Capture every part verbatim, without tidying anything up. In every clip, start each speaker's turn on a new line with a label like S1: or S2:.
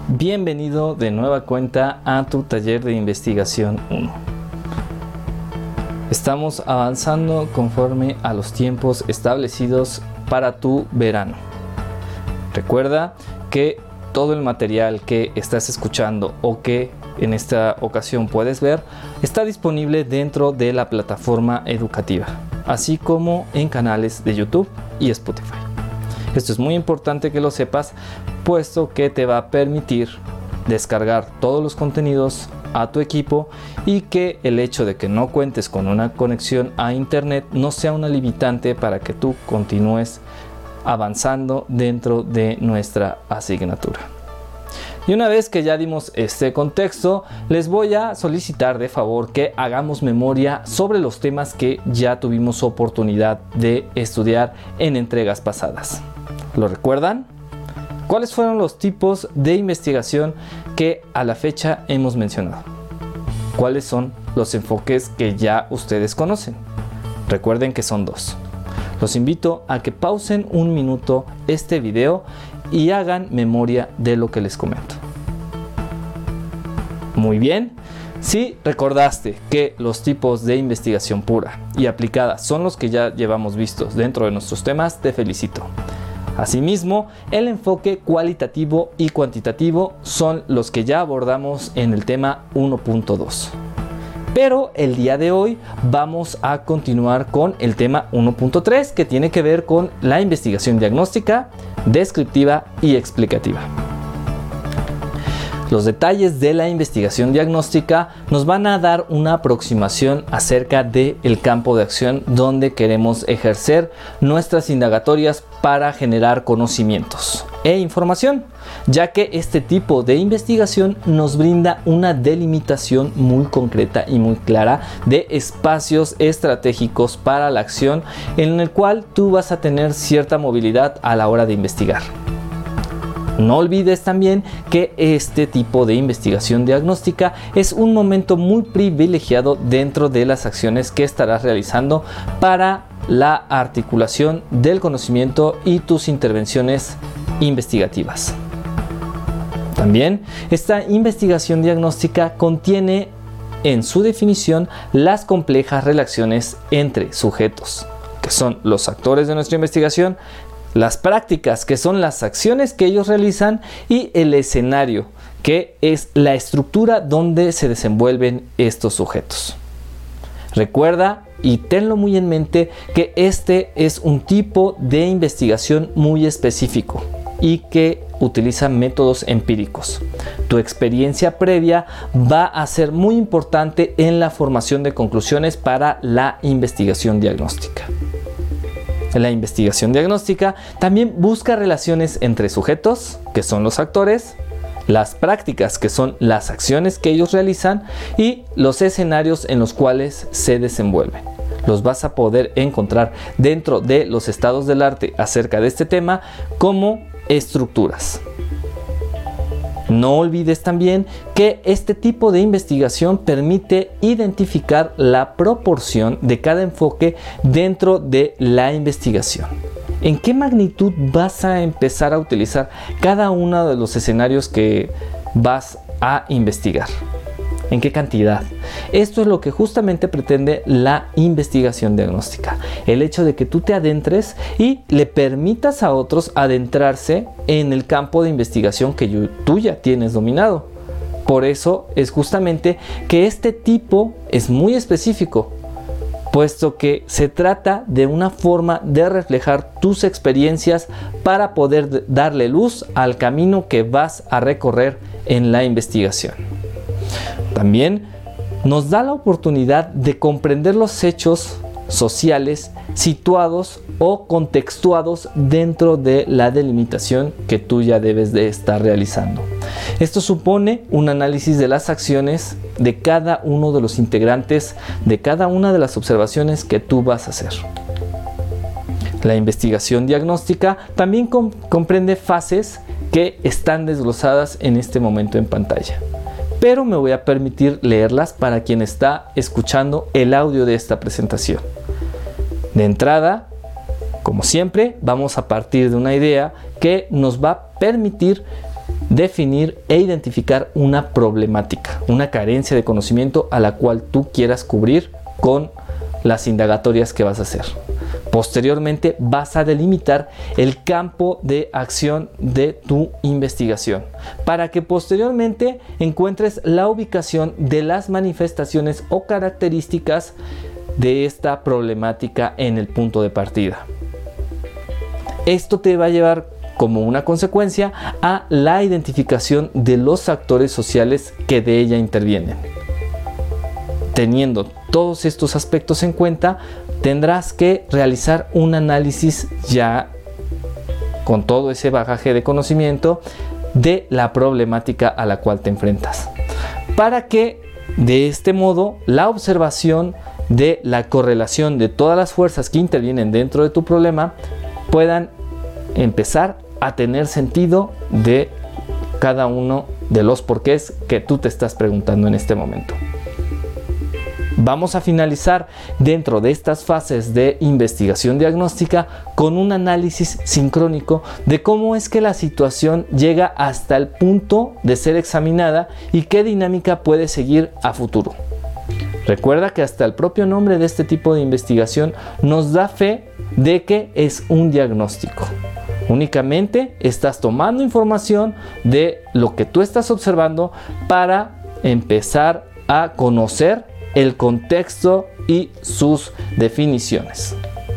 S1: Bienvenido de nueva cuenta a tu taller de investigación uno. Estamos avanzando conforme a los tiempos establecidos para tu verano. Recuerda que todo el material que estás escuchando o que en esta ocasión puedes ver está disponible dentro de la plataforma educativa, así como en canales de YouTube y Spotify. Esto es muy importante que lo sepas, puesto que te va a permitir descargar todos los contenidos a tu equipo y que el hecho de que no cuentes con una conexión a internet no sea una limitante para que tú continúes avanzando dentro de nuestra asignatura. Y una vez que ya dimos este contexto, les voy a solicitar de favor que hagamos memoria sobre los temas que ya tuvimos oportunidad de estudiar en entregas pasadas. ¿Lo recuerdan? ¿Cuáles fueron los tipos de investigación que a la fecha hemos mencionado? ¿Cuáles son los enfoques que ya ustedes conocen? Recuerden que son dos. Los invito a que pausen un minuto este video y hagan memoria de lo que les comento. Muy bien. Si recordaste que los tipos de investigación pura y aplicada son los que ya llevamos vistos dentro de nuestros temas, te felicito. Asimismo, el enfoque cualitativo y cuantitativo son los que ya abordamos en el tema uno punto dos. Pero el día de hoy vamos a continuar con el tema uno punto tres, que tiene que ver con la investigación diagnóstica, descriptiva y explicativa. Los detalles de la investigación diagnóstica nos van a dar una aproximación acerca del campo de acción donde queremos ejercer nuestras indagatorias para generar conocimientos e información, ya que este tipo de investigación nos brinda una delimitación muy concreta y muy clara de espacios estratégicos para la acción en el cual tú vas a tener cierta movilidad a la hora de investigar. No olvides también que este tipo de investigación diagnóstica es un momento muy privilegiado dentro de las acciones que estarás realizando para la articulación del conocimiento y tus intervenciones investigativas. También esta investigación diagnóstica contiene en su definición las complejas relaciones entre sujetos, que son los actores de nuestra investigación, las prácticas, que son las acciones que ellos realizan, y el escenario, que es la estructura donde se desenvuelven estos sujetos. Recuerda y tenlo muy en mente que este es un tipo de investigación muy específico y que utiliza métodos empíricos. Tu experiencia previa va a ser muy importante en la formación de conclusiones para la investigación diagnóstica. La investigación diagnóstica también busca relaciones entre sujetos, que son los actores, las prácticas, que son las acciones que ellos realizan, y los escenarios en los cuales se desenvuelven. Los vas a poder encontrar dentro de los estados del arte acerca de este tema como estructuras. No olvides también que este tipo de investigación permite identificar la proporción de cada enfoque dentro de la investigación. ¿En qué magnitud vas a empezar a utilizar cada uno de los escenarios que vas a investigar? ¿En qué cantidad? Esto es lo que justamente pretende la investigación diagnóstica. El hecho de que tú te adentres y le permitas a otros adentrarse en el campo de investigación que tú ya tienes dominado. Por eso es justamente que este tipo es muy específico, puesto que se trata de una forma de reflejar tus experiencias para poder darle luz al camino que vas a recorrer en la investigación. También nos da la oportunidad de comprender los hechos sociales situados o contextuados dentro de la delimitación que tú ya debes de estar realizando. Esto supone un análisis de las acciones de cada uno de los integrantes de cada una de las observaciones que tú vas a hacer. La investigación diagnóstica también com- comprende fases que están desglosadas en este momento en pantalla, pero me voy a permitir leerlas para quien está escuchando el audio de esta presentación. De entrada, como siempre, vamos a partir de una idea que nos va a permitir definir e identificar una problemática, una carencia de conocimiento a la cual tú quieras cubrir con las indagatorias que vas a hacer. Posteriormente vas a delimitar el campo de acción de tu investigación para que posteriormente encuentres la ubicación de las manifestaciones o características de esta problemática en el punto de partida. Esto te va a llevar como una consecuencia a la identificación de los actores sociales que de ella intervienen. Teniendo todos estos aspectos en cuenta, tendrás que realizar un análisis ya con todo ese bagaje de conocimiento de la problemática a la cual te enfrentas, para que de este modo la observación de la correlación de todas las fuerzas que intervienen dentro de tu problema puedan empezar a tener sentido de cada uno de los porqués que tú te estás preguntando en este momento. Vamos a finalizar dentro de estas fases de investigación diagnóstica con un análisis sincrónico de cómo es que la situación llega hasta el punto de ser examinada y qué dinámica puede seguir a futuro. Recuerda que hasta el propio nombre de este tipo de investigación nos da fe de que es un diagnóstico. Únicamente estás tomando información de lo que tú estás observando para empezar a conocer el contexto y sus definiciones.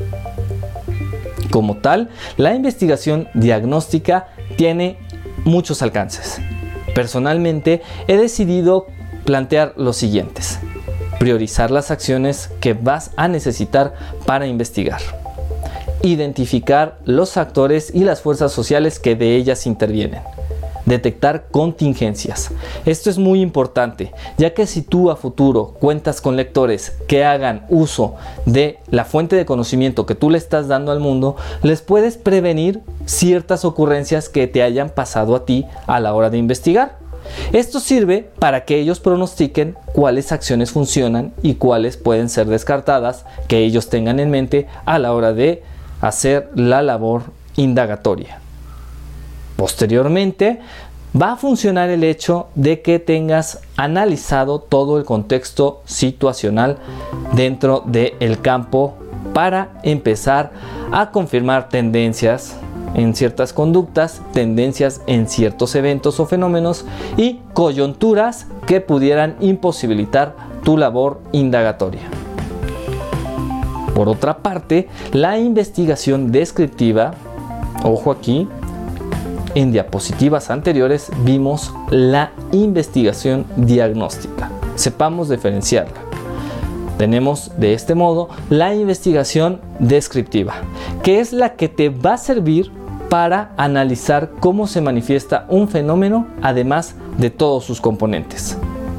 S1: Como tal, la investigación diagnóstica tiene muchos alcances. Personalmente, he decidido plantear los siguientes: priorizar las acciones que vas a necesitar para investigar, identificar los actores y las fuerzas sociales que de ellas intervienen, detectar contingencias. Esto es muy importante, ya que si tú a futuro cuentas con lectores que hagan uso de la fuente de conocimiento que tú le estás dando al mundo, les puedes prevenir ciertas ocurrencias que te hayan pasado a ti a la hora de investigar. Esto sirve para que ellos pronostiquen cuáles acciones funcionan y cuáles pueden ser descartadas, que ellos tengan en mente a la hora de hacer la labor indagatoria. Posteriormente, va a funcionar el hecho de que tengas analizado todo el contexto situacional dentro del campo para empezar a confirmar tendencias en ciertas conductas, tendencias en ciertos eventos o fenómenos y coyunturas que pudieran imposibilitar tu labor indagatoria. Por otra parte, la investigación descriptiva, ojo aquí, en diapositivas anteriores vimos la investigación diagnóstica. Sepamos diferenciarla. Tenemos de este modo la investigación descriptiva, que es la que te va a servir para analizar cómo se manifiesta un fenómeno, además de todos sus componentes.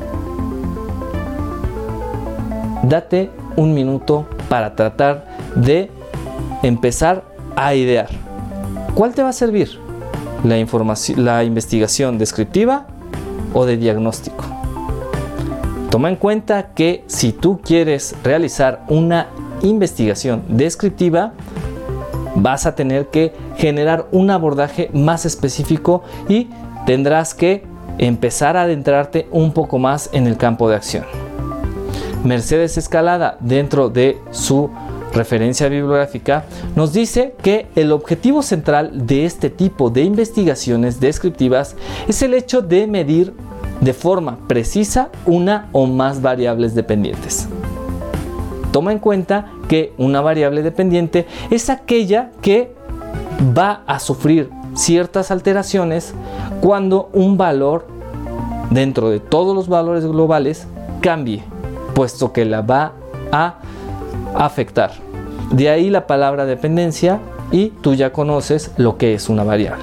S1: Date un minuto para tratar de empezar a idear. ¿Cuál te va a servir? ¿La información, la investigación descriptiva o de diagnóstico? Toma en cuenta que si tú quieres realizar una investigación descriptiva, vas a tener que generar un abordaje más específico y tendrás que empezar a adentrarte un poco más en el campo de acción. Mercedes Escalada, dentro de su referencia bibliográfica, nos dice que el objetivo central de este tipo de investigaciones descriptivas es el hecho de medir de forma precisa una o más variables dependientes. Toma en cuenta que una variable dependiente es aquella que va a sufrir ciertas alteraciones cuando un valor dentro de todos los valores globales cambie, puesto que la va a afectar. De ahí la palabra dependencia y tú ya conoces lo que es una variable.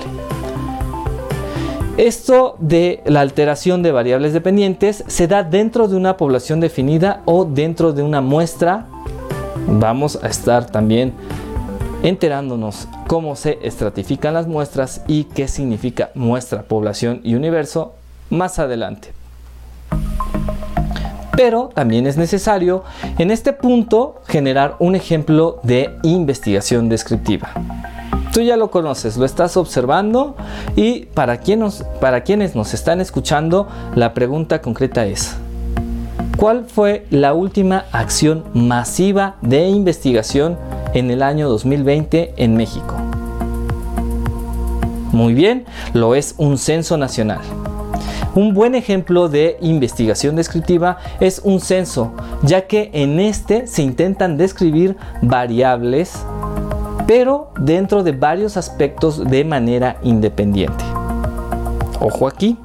S1: Esto de la alteración de variables dependientes se da dentro de una población definida o dentro de una muestra. Vamos a estar también enterándonos cómo se estratifican las muestras y qué significa muestra, población y universo más adelante. Pero también es necesario en este punto generar un ejemplo de investigación descriptiva. Tú ya lo conoces, lo estás observando, y para, quien nos, para quienes nos están escuchando, la pregunta concreta es: ¿cuál fue la última acción masiva de investigación en el año dos mil veinte en México? Muy bien, lo es un censo nacional. Un buen ejemplo de investigación descriptiva es un censo, ya que en este se intentan describir variables, pero dentro de varios aspectos de manera independiente. Ojo aquí.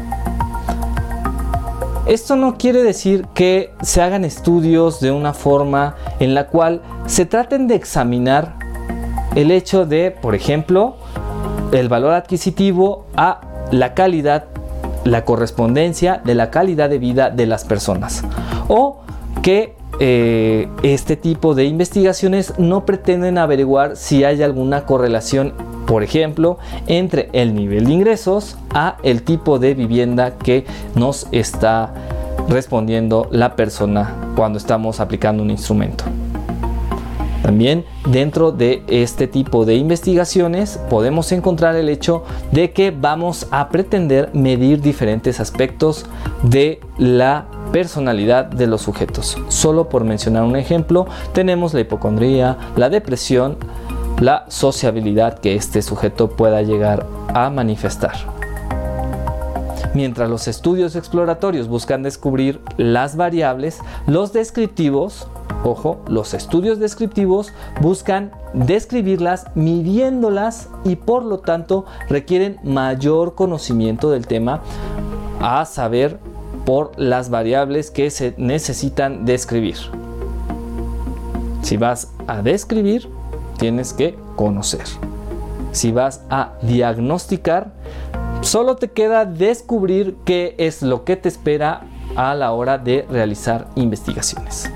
S1: Esto no quiere decir que se hagan estudios de una forma en la cual se traten de examinar el hecho de, por ejemplo, el valor adquisitivo a la calidad, la correspondencia de la calidad de vida de las personas, o que eh, este tipo de investigaciones no pretenden averiguar si hay alguna correlación, por ejemplo, entre el nivel de ingresos a el tipo de vivienda que nos está respondiendo la persona cuando estamos aplicando un instrumento. También dentro de este tipo de investigaciones podemos encontrar el hecho de que vamos a pretender medir diferentes aspectos de la personalidad de los sujetos. Solo por mencionar un ejemplo, tenemos la hipocondría, la depresión, la sociabilidad que este sujeto pueda llegar a manifestar. Mientras los estudios exploratorios buscan descubrir las variables, los descriptivos, ojo, los estudios descriptivos buscan describirlas midiéndolas, y por lo tanto requieren mayor conocimiento del tema, a saber, por las variables que se necesitan describir. Si vas a describir, tienes que conocer. Si vas a diagnosticar, solo te queda descubrir qué es lo que te espera a la hora de realizar investigaciones.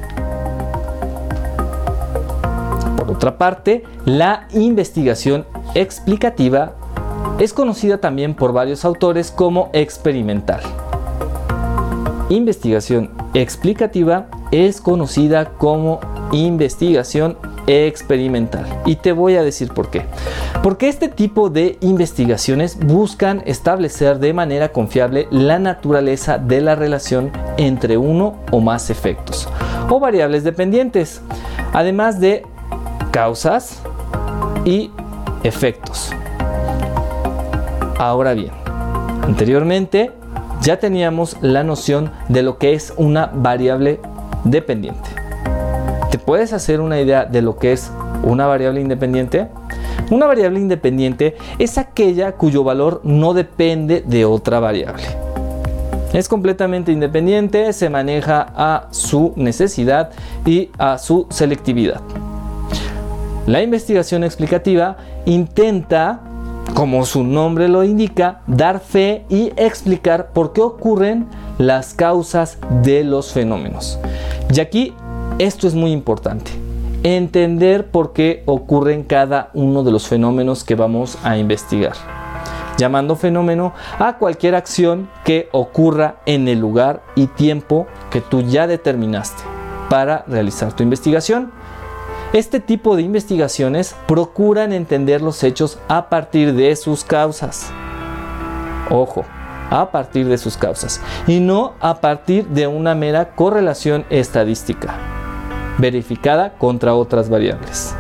S1: Por otra parte, la investigación explicativa es conocida también por varios autores como experimental. Investigación explicativa es conocida como investigación experimental, y te voy a decir por qué. Porque este tipo de investigaciones buscan establecer de manera confiable la naturaleza de la relación entre uno o más efectos o variables dependientes, además de causas y efectos. Ahora bien, anteriormente ya teníamos la noción de lo que es una variable dependiente. ¿Te puedes hacer una idea de lo que es una variable independiente? Una variable independiente es aquella cuyo valor no depende de otra variable. Es completamente independiente, se maneja a su necesidad y a su selectividad. La investigación explicativa intenta, como su nombre lo indica, dar fe y explicar por qué ocurren las causas de los fenómenos. Y aquí esto es muy importante, entender por qué ocurren cada uno de los fenómenos que vamos a investigar, llamando fenómeno a cualquier acción que ocurra en el lugar y tiempo que tú ya determinaste para realizar tu investigación. Este tipo de investigaciones procuran entender los hechos a partir de sus causas. Ojo, a partir de sus causas, y no a partir de una mera correlación estadística, verificada contra otras variables.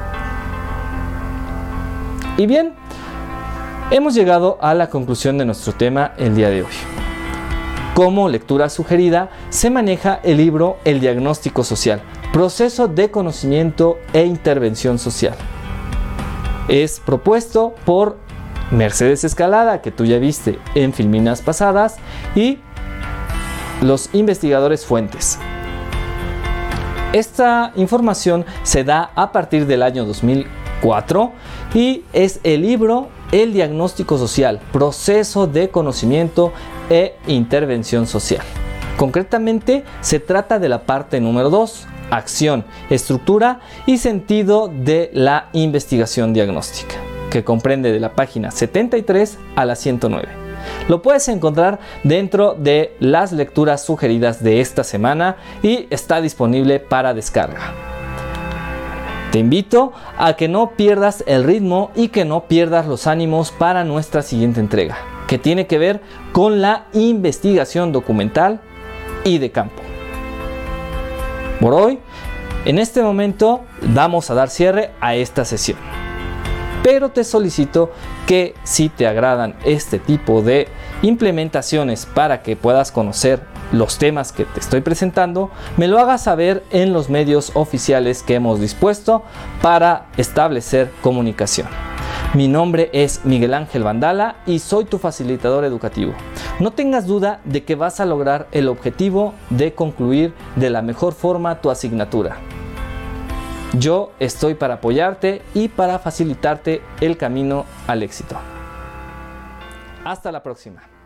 S1: Y bien, hemos llegado a la conclusión de nuestro tema el día de hoy. Como lectura sugerida, se maneja el libro El diagnóstico social, proceso de conocimiento e intervención social. Es propuesto por Mercedes Escalada, que tú ya viste en filminas pasadas, y los investigadores Fuentes. Esta información se da a partir del año dos mil cuatro y es el libro El diagnóstico social, proceso de conocimiento e intervención social. Concretamente, se trata de la parte número dos, acción, estructura y sentido de la investigación diagnóstica, que comprende de la página setenta y tres a la ciento nueve. Lo puedes encontrar dentro de las lecturas sugeridas de esta semana y está disponible para descarga. Te invito a que no pierdas el ritmo y que no pierdas los ánimos para nuestra siguiente entrega, que tiene que ver con la investigación documental y de campo. Por hoy, en este momento, vamos a dar cierre a esta sesión. Pero te solicito que si te agradan este tipo de implementaciones para que puedas conocer los temas que te estoy presentando, me lo hagas saber en los medios oficiales que hemos dispuesto para establecer comunicación. Mi nombre es Miguel Ángel Vandala y soy tu facilitador educativo. No tengas duda de que vas a lograr el objetivo de concluir de la mejor forma tu asignatura. Yo estoy para apoyarte y para facilitarte el camino al éxito. Hasta la próxima.